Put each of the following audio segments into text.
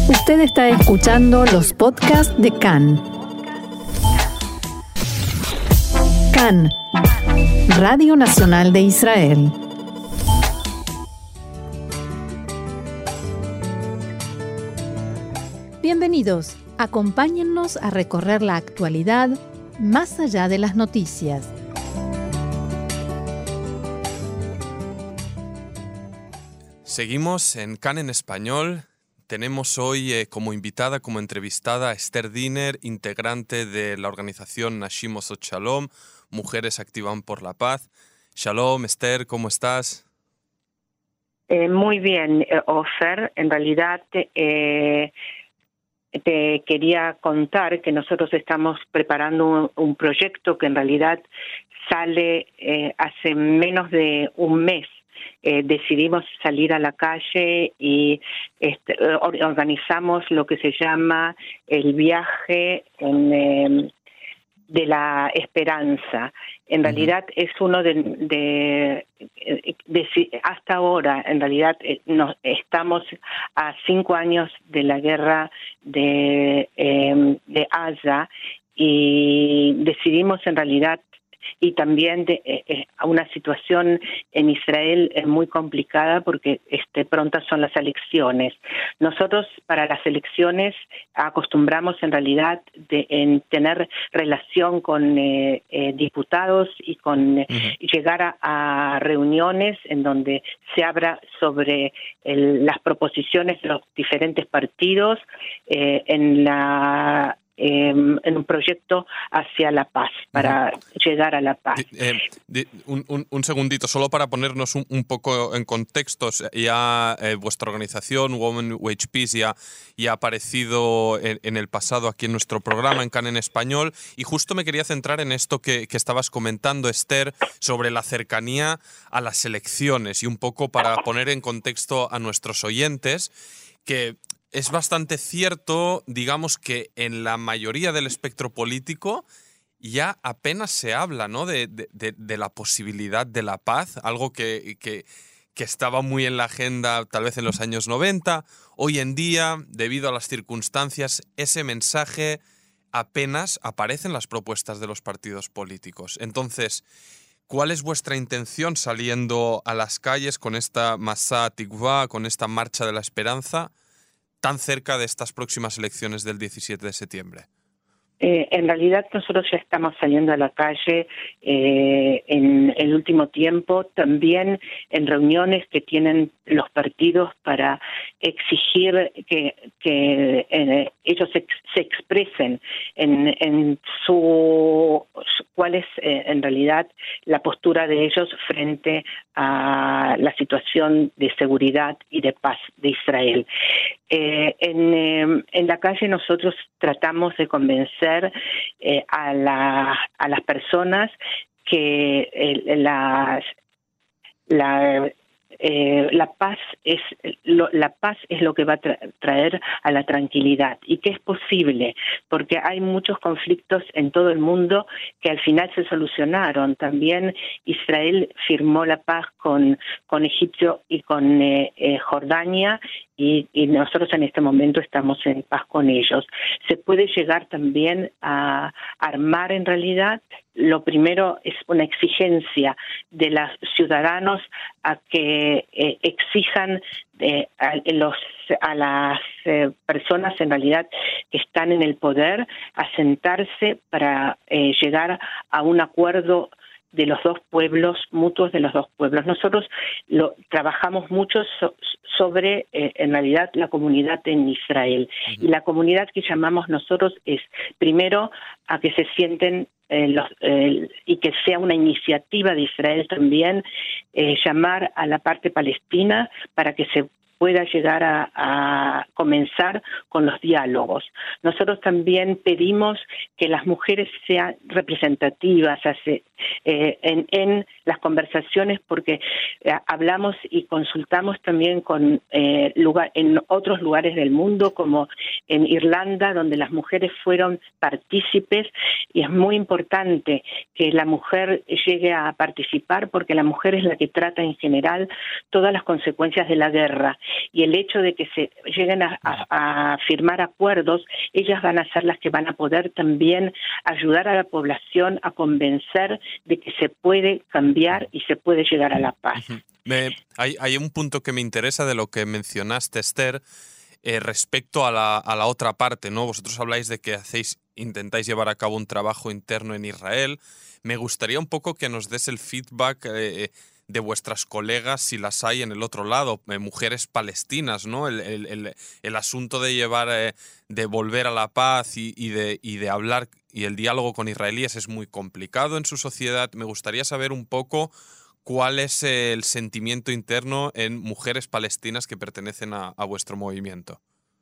Usted está escuchando los podcasts de CAN. CAN, Radio Nacional de Israel. Bienvenidos, acompáñennos a recorrer la actualidad más allá de las noticias. Seguimos en CAN en español. Tenemos hoy como invitada, como entrevistada, a Esther Diner, integrante de la organización Nashim Osot Shalom, Mujeres Activan por la Paz. Shalom, Esther, ¿cómo estás? Muy bien, Ofer. En realidad te quería contar que nosotros estamos preparando un proyecto que en realidad sale hace menos de un mes. Decidimos salir a la calle y organizamos lo que se llama el viaje de la esperanza. En realidad es uno de hasta ahora, en realidad estamos a 5 años de la guerra de Gaza y decidimos en realidad, y también a una situación en Israel muy complicada porque prontas son las elecciones. Nosotros para las elecciones acostumbramos en realidad en tener relación con diputados y con llegar a reuniones en donde se habla sobre las proposiciones de los diferentes partidos en un proyecto hacia la paz, para llegar a la paz. Un segundito, solo para ponernos un poco en contexto. Ya vuestra organización, Women Wage Peace, ya ha aparecido en el pasado aquí en nuestro programa, en CAN en español, y justo me quería centrar en esto que estabas comentando, Esther, sobre la cercanía a las elecciones, y un poco para poner en contexto a nuestros oyentes, que es bastante cierto, digamos, que en la mayoría del espectro político ya apenas se habla, ¿no?, de la posibilidad de la paz, algo que estaba muy en la agenda tal vez en los años 90. Hoy en día, debido a las circunstancias, ese mensaje apenas aparece en las propuestas de los partidos políticos. Entonces, ¿cuál es vuestra intención saliendo a las calles con esta Masá Tikvá, con esta Marcha de la Esperanza, tan cerca de estas próximas elecciones del 17 de septiembre? En realidad nosotros ya estamos saliendo a la calle en el último tiempo, también en reuniones que tienen los partidos para exigir que ellos se expresen en cuál es en realidad la postura de ellos frente a la situación de seguridad y de paz de Israel. En la calle nosotros tratamos de convencer a las personas que la paz es lo que va a traer a la tranquilidad, y que es posible porque hay muchos conflictos en todo el mundo que al final se solucionaron. También Israel firmó la paz con Egipto y con Jordania, y nosotros en este momento estamos en paz con ellos. Se puede llegar también a armar en realidad. Lo primero es una exigencia de los ciudadanos a que exijan a las personas en realidad que están en el poder a sentarse para llegar a un acuerdo de los dos pueblos, mutuos de los dos pueblos. Nosotros trabajamos mucho sobre, en realidad, la comunidad en Israel. Y la comunidad que llamamos nosotros es, primero, a que se sienten y que sea una iniciativa de Israel también, llamar a la parte palestina para que se pueda llegar a comenzar con los diálogos. Nosotros también pedimos que las mujeres sean representativas en las conversaciones, porque hablamos y consultamos también en otros lugares del mundo, como en Irlanda, donde las mujeres fueron partícipes, y es muy importante que la mujer llegue a participar, porque la mujer es la que trata en general todas las consecuencias de la guerra. y el hecho de que se lleguen a firmar acuerdos, ellas van a ser las que van a poder también ayudar a la población a convencer de que se puede cambiar y se puede llegar a la paz. Hay un punto que me interesa de lo que mencionaste, Esther, respecto a la otra parte, ¿no? Vosotros habláis de que intentáis llevar a cabo un trabajo interno en Israel. Me gustaría un poco que nos des el feedback de vuestras colegas, si las hay en el otro lado, mujeres palestinas, ¿no? El asunto de llevar, de volver a la paz y de hablar, y el diálogo con israelíes es muy complicado en su sociedad. Me gustaría saber un poco cuál es el sentimiento interno en mujeres palestinas que pertenecen a vuestro movimiento.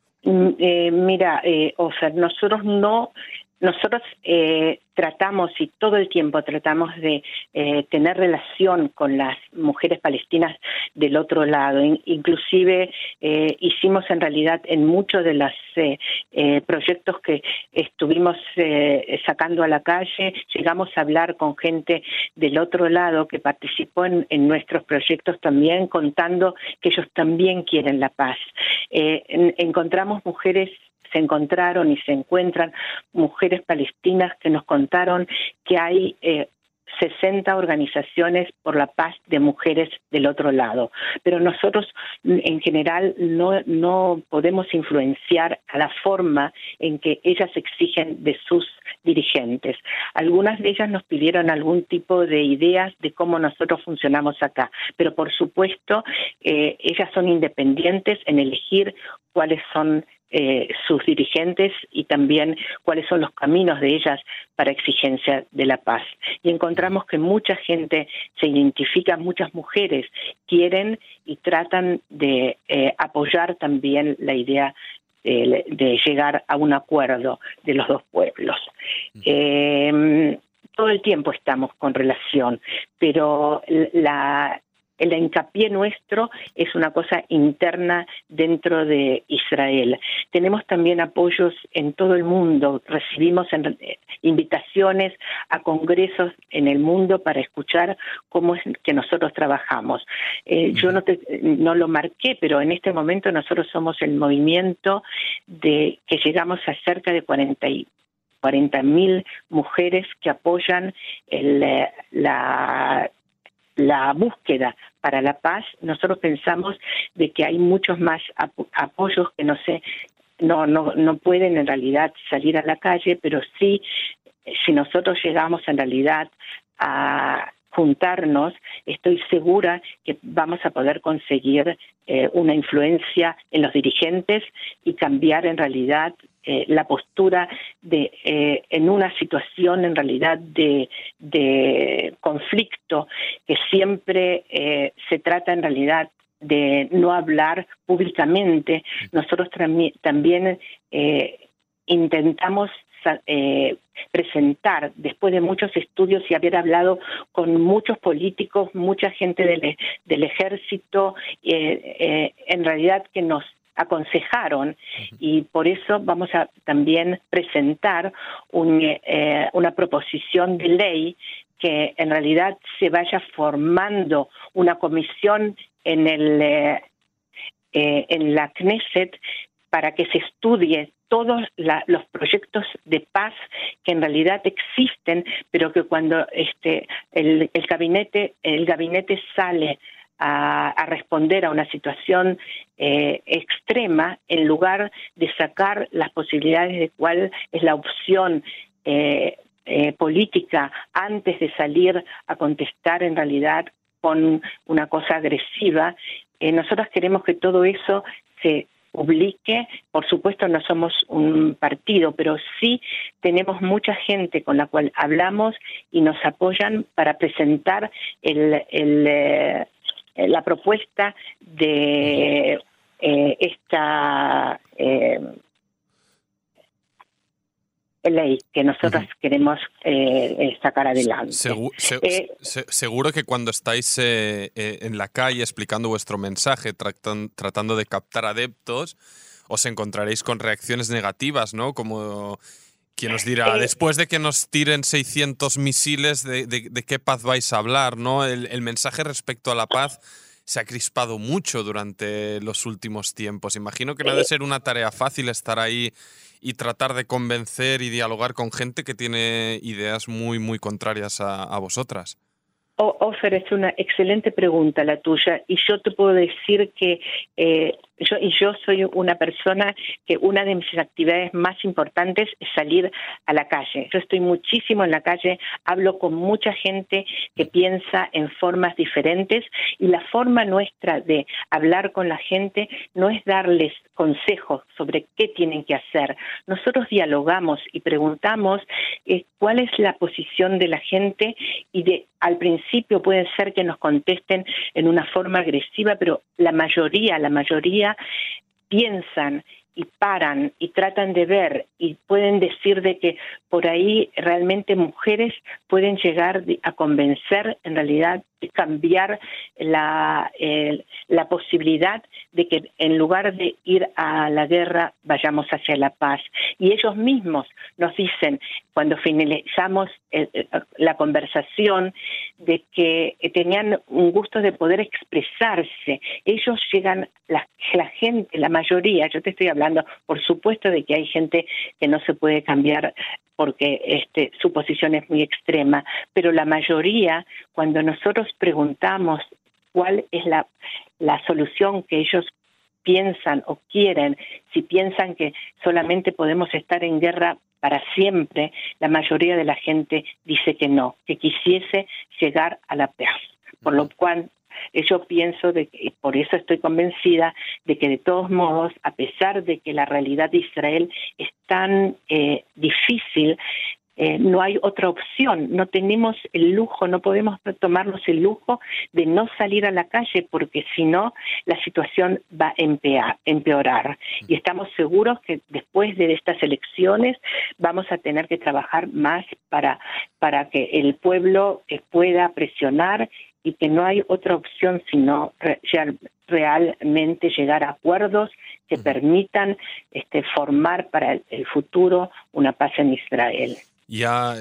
Mira, Ofer, nosotros tratamos y todo el tiempo tratamos de tener relación con las mujeres palestinas del otro lado. Inclusive hicimos en realidad en muchos de los proyectos que estuvimos sacando a la calle, llegamos a hablar con gente del otro lado que participó en nuestros proyectos también, contando que ellos también quieren la paz. Encontramos mujeres, se encontraron y se encuentran mujeres palestinas que nos contaron que hay 60 organizaciones por la paz de mujeres del otro lado. Pero nosotros en general no podemos influenciar a la forma en que ellas exigen de sus dirigentes. Algunas de ellas nos pidieron algún tipo de ideas de cómo nosotros funcionamos acá, pero por supuesto ellas son independientes en elegir cuáles son sus dirigentes y también cuáles son los caminos de ellas para exigencia de la paz. Y encontramos que mucha gente se identifica, muchas mujeres quieren y tratan de apoyar también la idea de llegar a un acuerdo de los dos pueblos. Todo el tiempo estamos con relación, pero el hincapié nuestro es una cosa interna dentro de Israel. Tenemos también apoyos en todo el mundo. Recibimos invitaciones a congresos en el mundo para escuchar cómo es que nosotros trabajamos. Yo no lo marqué, pero en este momento nosotros somos el movimiento que llegamos a cerca de 40.000 mujeres que apoyan la búsqueda para la paz. Nosotros pensamos de que hay muchos más apoyos que no pueden en realidad salir a la calle, pero sí, si nosotros llegamos en realidad a juntarnos, estoy segura que vamos a poder conseguir una influencia en los dirigentes y cambiar en realidad la postura en una situación en realidad de conflicto que siempre se trata en realidad de no hablar públicamente. Nosotros también intentamos presentar, después de muchos estudios y haber hablado con muchos políticos, mucha gente del ejército, en realidad que nos aconsejaron, y por eso vamos a también presentar una proposición de ley que en realidad se vaya formando una comisión en la Knesset para que se estudie todos los proyectos de paz que en realidad existen, pero que cuando el gabinete sale a responder a una situación extrema, en lugar de sacar las posibilidades de cuál es la opción política antes de salir a contestar en realidad con una cosa agresiva, nosotros queremos que todo eso se publique. Por supuesto no somos un partido, pero sí tenemos mucha gente con la cual hablamos y nos apoyan para presentar la propuesta de esta ley que nosotros queremos sacar adelante. Seguro que cuando estáis en la calle explicando vuestro mensaje, tratando de captar adeptos, os encontraréis con reacciones negativas, ¿no? Como quien os dirá, después de que nos tiren 600 misiles, ¿de qué paz vais a hablar, no? El mensaje respecto a la paz se ha crispado mucho durante los últimos tiempos. Imagino que no ha de ser una tarea fácil estar ahí y tratar de convencer y dialogar con gente que tiene ideas muy, muy contrarias a vosotras. Ofer, es una excelente pregunta la tuya, y yo te puedo decir que yo soy una persona que una de mis actividades más importantes es salir a la calle. Yo estoy muchísimo en la calle, hablo con mucha gente que piensa en formas diferentes, y la forma nuestra de hablar con la gente no es darles consejos sobre qué tienen que hacer. Nosotros dialogamos y preguntamos cuál es la posición de la gente, y al principio puede ser que nos contesten en una forma agresiva, pero la mayoría piensan y paran y tratan de ver y pueden decir de que por ahí realmente mujeres pueden llegar a convencer, en realidad, de cambiar la posibilidad de que en lugar de ir a la guerra vayamos hacia la paz. Y ellos mismos nos dicen, cuando finalizamos la conversación, de que tenían un gusto de poder expresarse. Ellos llegan, la gente, la mayoría, yo te estoy hablando, por supuesto de que hay gente que no se puede cambiar porque su posición es muy extrema, pero la mayoría, cuando nosotros preguntamos cuál es la solución que ellos piensan o quieren, si piensan que solamente podemos estar en guerra para siempre, la mayoría de la gente dice que no, que quisiese llegar a la paz. Por lo cual yo pienso, y por eso estoy convencida, de que de todos modos, a pesar de que la realidad de Israel es tan difícil, no hay otra opción, no tenemos el lujo, no podemos tomarnos el lujo de no salir a la calle, porque si no, la situación va a empeorar. Y estamos seguros que después de estas elecciones vamos a tener que trabajar más para que el pueblo pueda presionar, y que no hay otra opción sino realmente llegar a acuerdos que permitan formar para el futuro una paz en Israel. Ya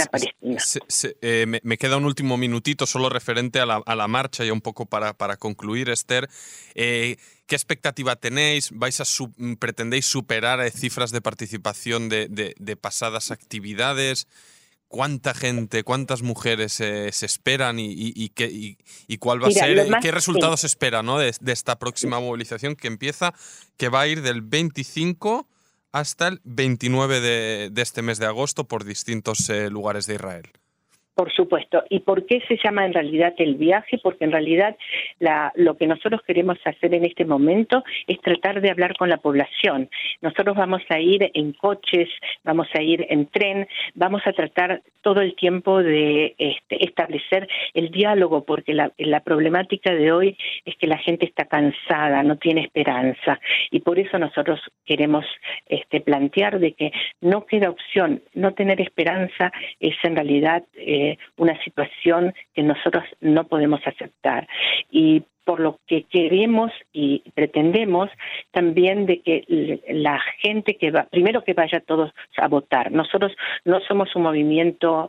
me queda un último minutito solo referente a la marcha, ya un poco para concluir, Esther. ¿Qué expectativa tenéis? ¿Pretendéis superar cifras de participación de pasadas actividades? ¿Cuánta gente, cuántas mujeres se esperan y cuál va a ser? ¿Qué resultados se espera, ¿no? de esta próxima movilización que va a ir del 25 hasta el 29 de este mes de agosto por distintos lugares de Israel? Por supuesto. ¿Y por qué se llama en realidad el viaje? Porque en realidad lo que nosotros queremos hacer en este momento es tratar de hablar con la población. Nosotros vamos a ir en coches, vamos a ir en tren, vamos a tratar todo el tiempo de establecer el diálogo, porque la problemática de hoy es que la gente está cansada, no tiene esperanza, y por eso nosotros queremos plantear de que no queda opción. No tener esperanza es en realidad una situación que nosotros no podemos aceptar, y por lo que queremos y pretendemos también de que la gente que va, primero que vaya todos a votar. Nosotros no somos un movimiento,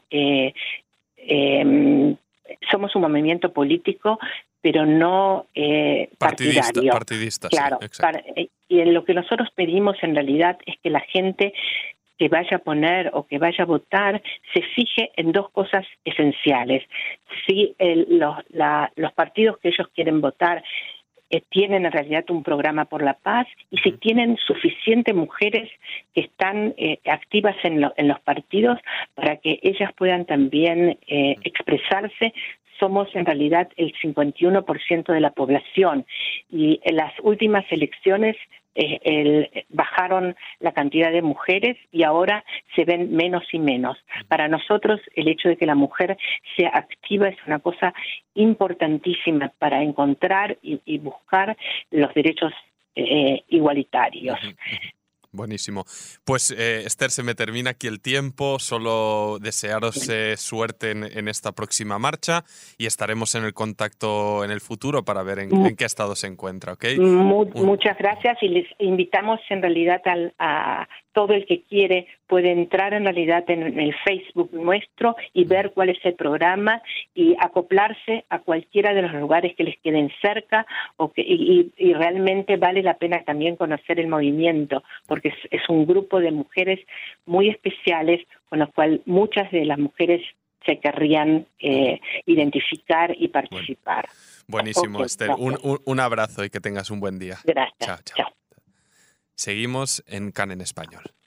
somos un movimiento político, pero no partidario. Partidista, claro. Sí, y en lo que nosotros pedimos en realidad es que la gente que vaya a poner o que vaya a votar se fije en dos cosas esenciales. Si los partidos que ellos quieren votar tienen en realidad un programa por la paz, y si tienen suficientes mujeres que están activas en los partidos para que ellas puedan también expresarse. Somos en realidad el 51% de la población, y en las últimas elecciones bajaron la cantidad de mujeres y ahora se ven menos y menos. Para nosotros el hecho de que la mujer sea activa es una cosa importantísima para encontrar y buscar los derechos igualitarios. Buenísimo. Pues Esther, se me termina aquí el tiempo. Solo desearos suerte en esta próxima marcha, y estaremos en el contacto en el futuro para ver en qué estado se encuentra, ¿ok? Muchas gracias, y les invitamos en realidad a todo el que quiere puede entrar en realidad en el Facebook nuestro y ver cuál es el programa y acoplarse a cualquiera de los lugares que les queden cerca y realmente vale la pena también conocer el movimiento, porque es un grupo de mujeres muy especiales con los cuales muchas de las mujeres se querrían identificar y participar. Buenísimo, okay, Esther. Un abrazo y que tengas un buen día. Gracias. Chao. Seguimos en CAN en Español.